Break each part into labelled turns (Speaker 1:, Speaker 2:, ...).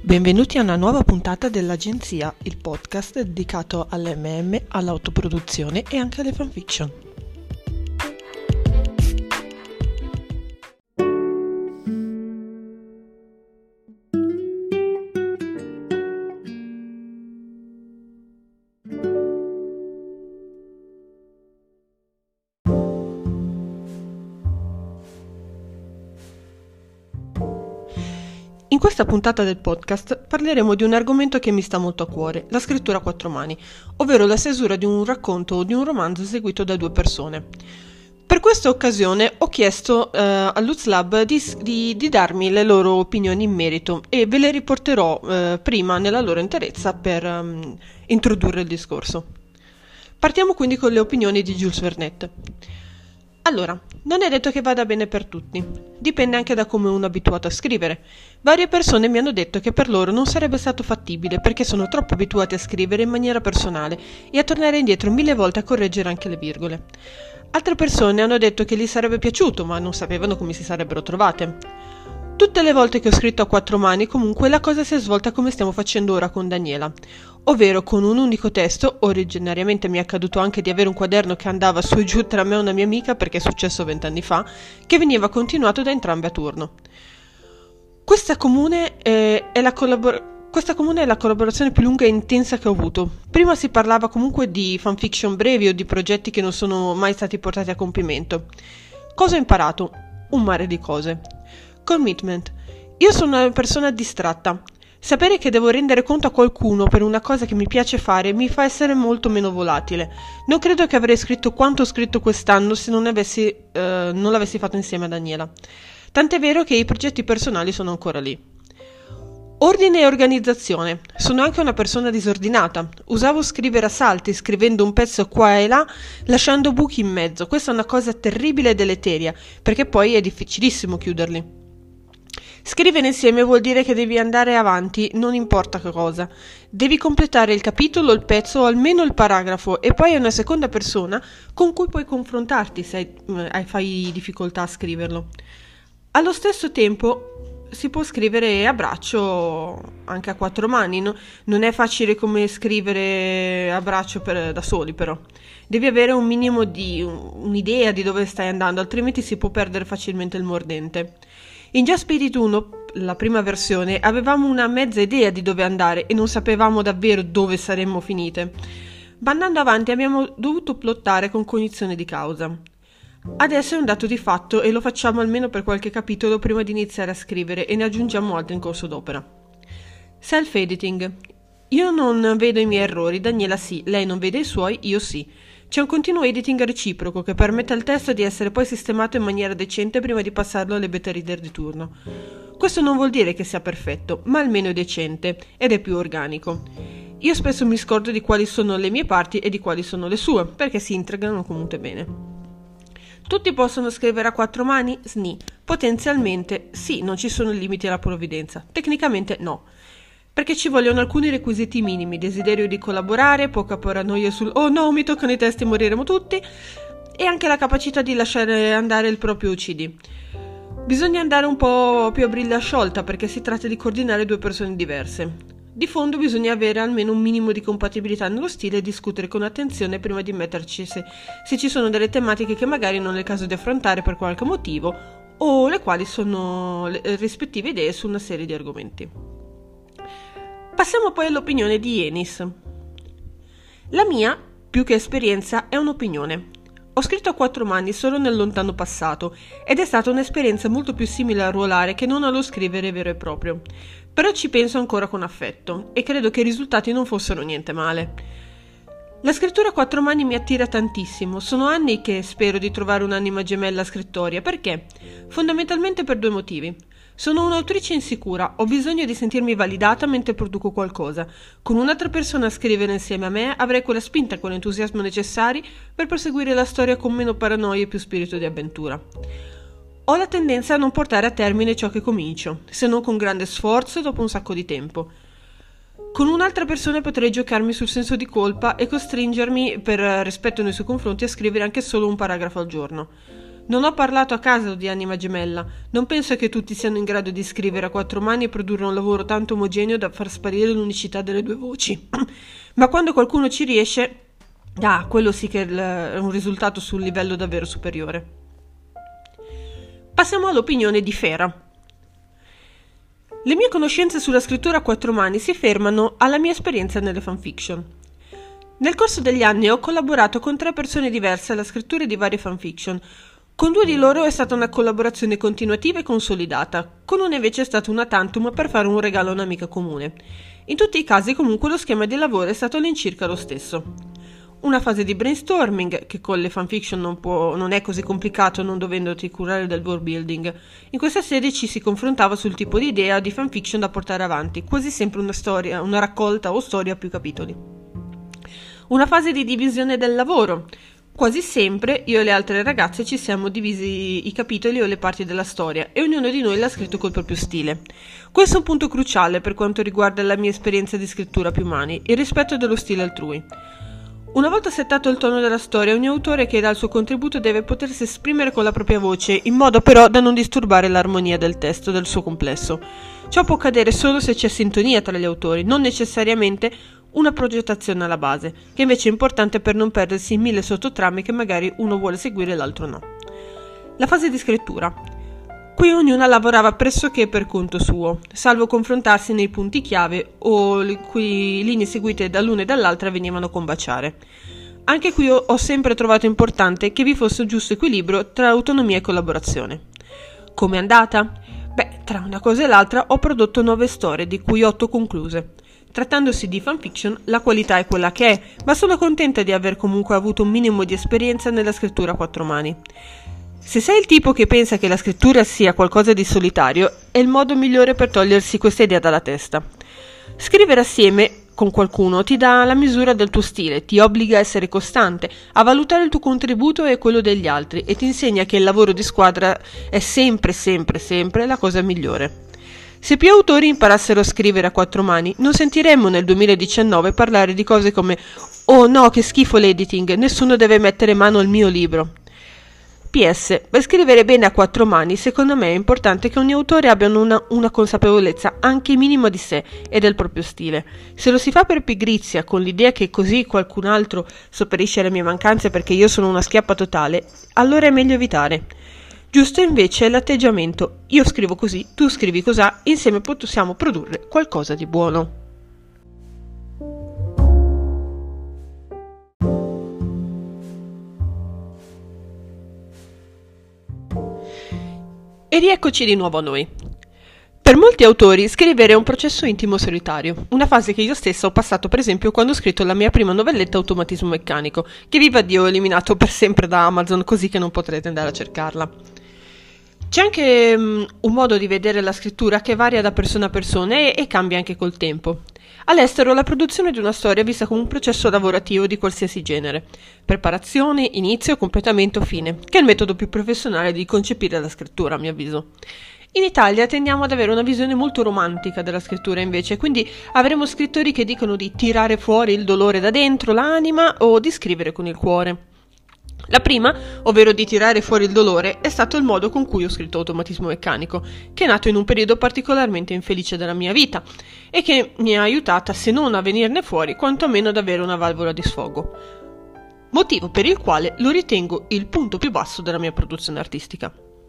Speaker 1: Benvenuti a una nuova puntata dell'Agenzia, il podcast dedicato all'MM, all'autoproduzione e anche alle fanfiction. In questa puntata del podcast parleremo di un argomento che mi sta molto a cuore, la scrittura a quattro mani, ovvero la stesura di un racconto o di un romanzo eseguito da due persone. Per questa occasione ho chiesto a Lutz Lab di darmi le loro opinioni in merito e ve le riporterò prima nella loro interezza per introdurre il discorso. Partiamo quindi con le opinioni di Jules Vernet. Allora, non è detto che vada bene per tutti, dipende anche da come uno è abituato a scrivere. Varie persone mi hanno detto che per loro non sarebbe stato fattibile perché sono troppo abituati a scrivere in maniera personale e a tornare indietro 1000 volte a correggere anche le virgole. Altre persone hanno detto che gli sarebbe piaciuto, ma non sapevano come si sarebbero trovate. Tutte le volte che ho scritto a quattro mani, comunque, la cosa si è svolta come stiamo facendo ora con Daniela, ovvero con un unico testo. Originariamente mi è accaduto anche di avere un quaderno che andava su e giù tra me e una mia amica, perché è successo 20 anni fa, che veniva continuato da entrambe a turno. Questa comune è la collaborazione più lunga e intensa che ho avuto. Prima si parlava comunque di fanfiction brevi o di progetti che non sono mai stati portati a compimento. Cosa ho imparato? Un mare di cose. Commitment. Io sono una persona distratta. Sapere che devo rendere conto a qualcuno per una cosa che mi piace fare mi fa essere molto meno volatile. Non credo che avrei scritto quanto ho scritto quest'anno se non l'avessi fatto insieme a Daniela. Tant'è vero che i progetti personali sono ancora lì. Ordine e organizzazione. Sono anche una persona disordinata. Usavo scrivere a salti, scrivendo un pezzo qua e là, lasciando buchi in mezzo. Questa è una cosa terribile e deleteria, perché poi è difficilissimo chiuderli. Scrivere insieme vuol dire che devi andare avanti, non importa che cosa. Devi completare il capitolo, il pezzo o almeno il paragrafo e poi hai una seconda persona con cui puoi confrontarti se fai difficoltà a scriverlo. Allo stesso tempo si può scrivere a braccio anche a quattro mani, no? Non è facile come scrivere a braccio da soli, però. Devi avere un minimo di un'idea di dove stai andando, altrimenti si può perdere facilmente il mordente. In Just Spirit 1, la prima versione, avevamo una mezza idea di dove andare e non sapevamo davvero dove saremmo finite. Ma andando avanti abbiamo dovuto plottare con cognizione di causa. Adesso è un dato di fatto e lo facciamo almeno per qualche capitolo prima di iniziare a scrivere e ne aggiungiamo altri in corso d'opera. Self-editing. Io non vedo i miei errori, Daniela sì, lei non vede i suoi, io sì. C'è un continuo editing reciproco che permette al testo di essere poi sistemato in maniera decente prima di passarlo alle beta reader di turno. Questo non vuol dire che sia perfetto, ma almeno è decente ed è più organico. Io spesso mi scordo di quali sono le mie parti e di quali sono le sue, perché si integrano comunque bene. Tutti possono scrivere a quattro mani? Sni. Potenzialmente sì, non ci sono limiti alla provvidenza. Tecnicamente no. Perché ci vogliono alcuni requisiti minimi, desiderio di collaborare, poca paranoia sul «oh no, mi toccano i testi, moriremo tutti», e anche la capacità di lasciare andare il proprio OCD. Bisogna andare un po' più a briglia sciolta perché si tratta di coordinare due persone diverse. Di fondo bisogna avere almeno un minimo di compatibilità nello stile e discutere con attenzione prima di metterci se ci sono delle tematiche che magari non è il caso di affrontare per qualche motivo o le quali sono le rispettive idee su una serie di argomenti. Passiamo poi all'opinione di Enis. La mia, più che esperienza, è un'opinione. Ho scritto a quattro mani solo nel lontano passato ed è stata un'esperienza molto più simile a ruolare che non allo scrivere vero e proprio. Però ci penso ancora con affetto e credo che i risultati non fossero niente male. La scrittura a quattro mani mi attira tantissimo. Sono anni che spero di trovare un'anima gemella scrittoria. Perché? Fondamentalmente per due motivi. Sono un'autrice insicura, ho bisogno di sentirmi validata mentre produco qualcosa. Con un'altra persona a scrivere insieme a me avrei quella spinta e quell'entusiasmo necessari per proseguire la storia con meno paranoia e più spirito di avventura. Ho la tendenza a non portare a termine ciò che comincio, se non con grande sforzo dopo un sacco di tempo. Con un'altra persona potrei giocarmi sul senso di colpa e costringermi, per rispetto nei suoi confronti, a scrivere anche solo un paragrafo al giorno. Non ho parlato a caso di anima gemella. Non penso che tutti siano in grado di scrivere a quattro mani e produrre un lavoro tanto omogeneo da far sparire l'unicità delle due voci. Ma quando qualcuno ci riesce, quello sì che è un risultato sul livello davvero superiore. Passiamo all'opinione di Fera. Le mie conoscenze sulla scrittura a quattro mani si fermano alla mia esperienza nelle fanfiction. Nel corso degli anni ho collaborato con 3 persone diverse alla scrittura di varie fanfiction. Con 2 di loro è stata una collaborazione continuativa e consolidata, con una invece è stata una tantum per fare un regalo a un'amica comune. In tutti i casi comunque lo schema di lavoro è stato all'incirca lo stesso. Una fase di brainstorming, che con le fanfiction non è così complicato non dovendoti curare del world building. In questa sede ci si confrontava sul tipo di idea di fanfiction da portare avanti, quasi sempre una storia, una raccolta o storia a più capitoli. Una fase di divisione del lavoro. Quasi sempre io e le altre ragazze ci siamo divisi i capitoli o le parti della storia e ognuno di noi l'ha scritto col proprio stile. Questo è un punto cruciale per quanto riguarda la mia esperienza di scrittura a più mani, il rispetto dello stile altrui. Una volta settato il tono della storia, ogni autore che dà il suo contributo deve potersi esprimere con la propria voce, in modo però da non disturbare l'armonia del testo, del suo complesso. Ciò può accadere solo se c'è sintonia tra gli autori, non necessariamente una progettazione alla base, che invece è importante per non perdersi in 1000 sottotrame che magari uno vuole seguire e l'altro no. La fase di scrittura. Qui ognuna lavorava pressoché per conto suo, salvo confrontarsi nei punti chiave o le cui linee seguite dall'una e dall'altra venivano a combaciare. Anche qui ho sempre trovato importante che vi fosse un giusto equilibrio tra autonomia e collaborazione. Com'è andata? Tra una cosa e l'altra ho prodotto 9 storie, di cui 8 concluse. Trattandosi di fanfiction, la qualità è quella che è, ma sono contenta di aver comunque avuto un minimo di esperienza nella scrittura a quattro mani. Se sei il tipo che pensa che la scrittura sia qualcosa di solitario, è il modo migliore per togliersi questa idea dalla testa. Scrivere assieme con qualcuno ti dà la misura del tuo stile, ti obbliga a essere costante, a valutare il tuo contributo e quello degli altri e ti insegna che il lavoro di squadra è sempre la cosa migliore. Se più autori imparassero a scrivere a quattro mani, non sentiremmo nel 2019 parlare di cose come «Oh no, che schifo l'editing, nessuno deve mettere mano al mio libro». PS, per scrivere bene a quattro mani, secondo me è importante che ogni autore abbia una consapevolezza anche minima di sé e del proprio stile. Se lo si fa per pigrizia, con l'idea che così qualcun altro sopperisce alle mie mancanze perché io sono una schiappa totale, allora è meglio evitare. Giusto invece è l'atteggiamento, io scrivo così, tu scrivi cosà, insieme possiamo produrre qualcosa di buono. E rieccoci di nuovo a noi. Per molti autori scrivere è un processo intimo solitario, una fase che io stessa ho passato per esempio quando ho scritto la mia prima novelletta Automatismo Meccanico, che viva Dio ho eliminato per sempre da Amazon così che non potrete andare a cercarla. C'è anche un modo di vedere la scrittura che varia da persona a persona e cambia anche col tempo. All'estero la produzione di una storia è vista come un processo lavorativo di qualsiasi genere. Preparazione, inizio, completamento, fine, che è il metodo più professionale di concepire la scrittura, a mio avviso. In Italia tendiamo ad avere una visione molto romantica della scrittura invece, quindi avremo scrittori che dicono di tirare fuori il dolore da dentro, l'anima, o di scrivere con il cuore. La prima, ovvero di tirare fuori il dolore, è stato il modo con cui ho scritto Automatismo Meccanico, che è nato in un periodo particolarmente infelice della mia vita e che mi ha aiutata, se non a venirne fuori, quantomeno ad avere una valvola di sfogo. Motivo per il quale lo ritengo il punto più basso della mia produzione artistica.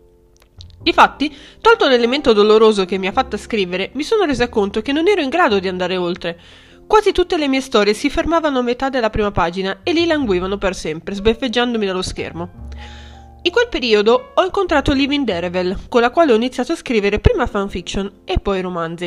Speaker 1: Difatti, tolto l'elemento doloroso che mi ha fatta scrivere, mi sono resa conto che non ero in grado di andare oltre. Quasi tutte le mie storie si fermavano a metà della prima pagina e lì languivano per sempre, sbeffeggiandomi dallo schermo. In quel periodo ho incontrato Livin Derevel, con la quale ho iniziato a scrivere prima fanfiction e poi romanzi.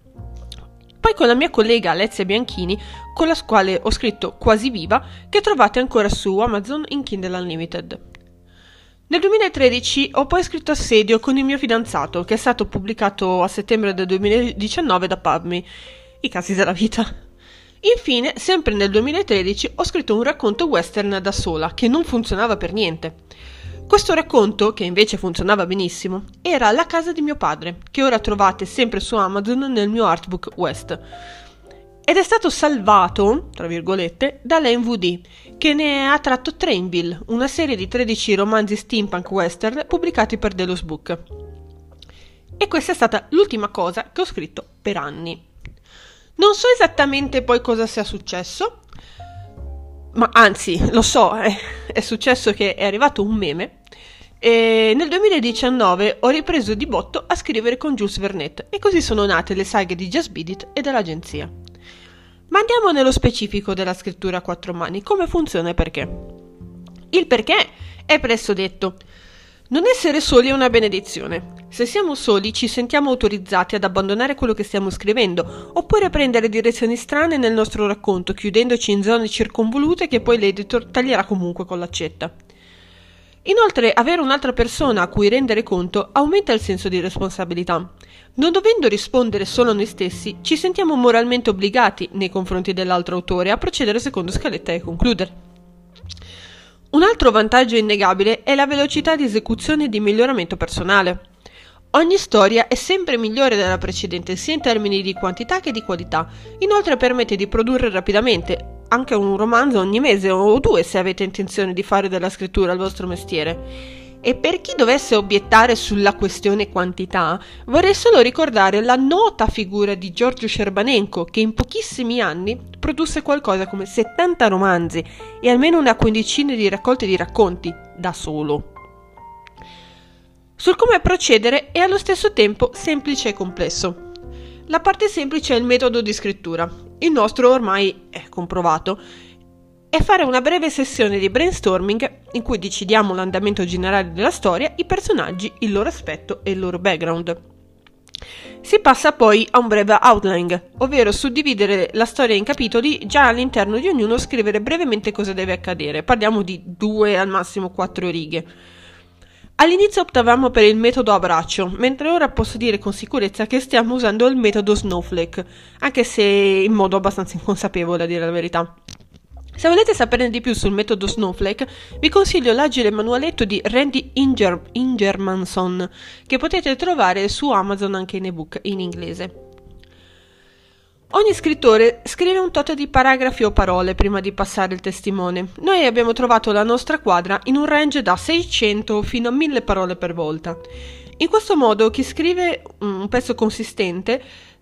Speaker 1: Poi con la mia collega Alessia Bianchini, con la quale ho scritto Quasi Viva, che trovate ancora su Amazon in Kindle Unlimited. Nel 2013 ho poi scritto Assedio con il mio fidanzato, che è stato pubblicato a settembre del 2019 da PubMe, I casi della vita. Infine, sempre nel 2013, ho scritto un racconto western da sola, che non funzionava per niente. Questo racconto, che invece funzionava benissimo, era La casa di mio padre, che ora trovate sempre su Amazon nel mio artbook West. ed è stato salvato, tra virgolette, dall'NVD, che ne ha tratto Trainville, una serie di 13 romanzi steampunk western pubblicati per Delos Book. E questa è stata l'ultima cosa che ho scritto per anni. Non so esattamente poi cosa sia successo, ma anzi, lo so, è successo che è arrivato un meme, e nel 2019 ho ripreso di botto a scrivere con Jules Vernet, e così sono nate le saghe di Just Beat It e dell'agenzia. Ma andiamo nello specifico della scrittura a 4 mani, come funziona e perché. Il perché è presto detto. Non essere soli è una benedizione. Se siamo soli ci sentiamo autorizzati ad abbandonare quello che stiamo scrivendo, oppure prendere direzioni strane nel nostro racconto, chiudendoci in zone circonvolute che poi l'editor taglierà comunque con l'accetta. Inoltre, avere un'altra persona a cui rendere conto aumenta il senso di responsabilità. Non dovendo rispondere solo a noi stessi, ci sentiamo moralmente obbligati, nei confronti dell'altro autore, a procedere secondo scaletta e concludere. Un altro vantaggio innegabile è la velocità di esecuzione e di miglioramento personale. Ogni storia è sempre migliore della precedente, sia in termini di quantità che di qualità. Inoltre permette di produrre rapidamente, anche un romanzo ogni mese o 2 se avete intenzione di fare della scrittura il vostro mestiere. E per chi dovesse obiettare sulla questione quantità, vorrei solo ricordare la nota figura di Giorgio Scerbanenko, che in pochissimi anni produsse qualcosa come 70 romanzi e almeno una quindicina di raccolte di racconti, da solo. Sul come procedere è allo stesso tempo semplice e complesso. La parte semplice è il metodo di scrittura. Il nostro ormai è comprovato. È fare una breve sessione di brainstorming in cui decidiamo l'andamento generale della storia, i personaggi, il loro aspetto e il loro background. Si passa poi a un breve outline, ovvero suddividere la storia in capitoli, già all'interno di ognuno scrivere brevemente cosa deve accadere. Parliamo di 2 al massimo 4 righe. All'inizio optavamo per il metodo a braccio, mentre ora posso dire con sicurezza che stiamo usando il metodo Snowflake, anche se in modo abbastanza inconsapevole a dire la verità. Se volete saperne di più sul metodo Snowflake, vi consiglio l'agile manualetto di Randy Ingermanson, che potete trovare su Amazon anche in ebook in inglese. Ogni scrittore scrive un tot di paragrafi o parole prima di passare il testimone. Noi abbiamo trovato la nostra quadra in un range da 600 fino a 1000 parole per volta. In questo modo si scrive un pezzo consistente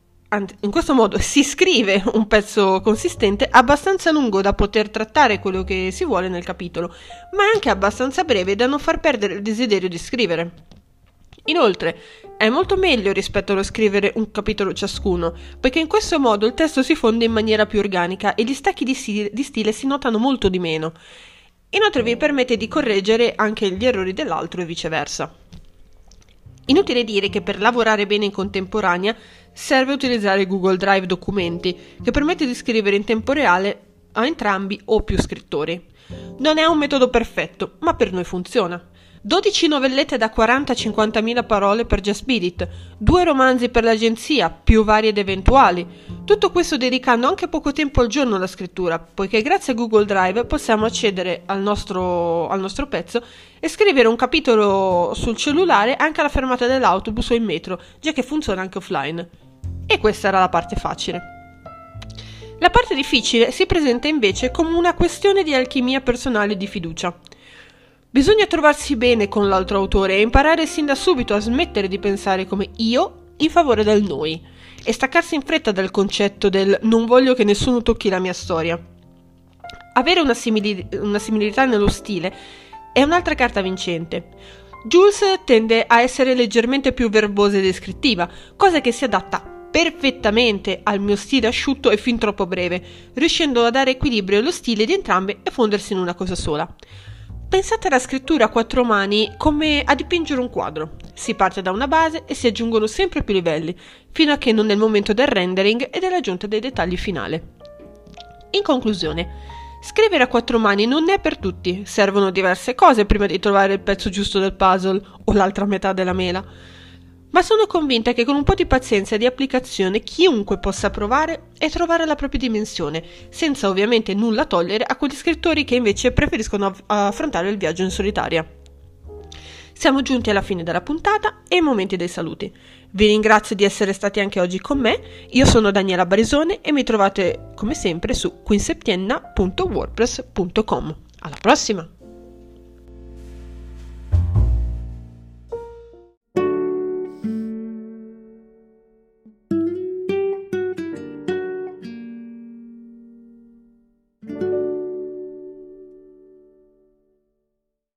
Speaker 1: abbastanza lungo da poter trattare quello che si vuole nel capitolo, ma anche abbastanza breve da non far perdere il desiderio di scrivere. Inoltre, è molto meglio rispetto allo scrivere un capitolo ciascuno, poiché in questo modo il testo si fonde in maniera più organica e gli stacchi di stile si notano molto di meno. Inoltre vi permette di correggere anche gli errori dell'altro e viceversa. Inutile dire che per lavorare bene in contemporanea serve utilizzare Google Drive Documenti, che permette di scrivere in tempo reale a entrambi o più scrittori. Non è un metodo perfetto, ma per noi funziona. 12 novellette da 40-50.000 parole per Just Beat It, 2 romanzi per l'agenzia, più vari ed eventuali. Tutto questo dedicando anche poco tempo al giorno alla scrittura, poiché grazie a Google Drive possiamo accedere al nostro pezzo e scrivere un capitolo sul cellulare anche alla fermata dell'autobus o in metro, già che funziona anche offline. E questa era la parte facile. La parte difficile si presenta invece come una questione di alchimia personale e di fiducia. Bisogna trovarsi bene con l'altro autore e imparare sin da subito a smettere di pensare come io in favore del noi e staccarsi in fretta dal concetto del non voglio che nessuno tocchi la mia storia. Avere una similità nello stile è un'altra carta vincente. Jules tende a essere leggermente più verbosa e descrittiva, cosa che si adatta perfettamente al mio stile asciutto e fin troppo breve, riuscendo a dare equilibrio allo stile di entrambe e fondersi in una cosa sola. Pensate alla scrittura a 4 mani come a dipingere un quadro. Si parte da una base e si aggiungono sempre più livelli, fino a che non è il momento del rendering e dell'aggiunta dei dettagli finale. In conclusione, scrivere a 4 mani non è per tutti, servono diverse cose prima di trovare il pezzo giusto del puzzle o l'altra metà della mela. Ma sono convinta che con un po' di pazienza e di applicazione chiunque possa provare e trovare la propria dimensione, senza ovviamente nulla togliere a quegli scrittori che invece preferiscono affrontare il viaggio in solitaria. Siamo giunti alla fine della puntata e ai momenti dei saluti. Vi ringrazio di essere stati anche oggi con me. Io sono Daniela Barisone e mi trovate come sempre su queenseptienna.wordpress.com. Alla prossima!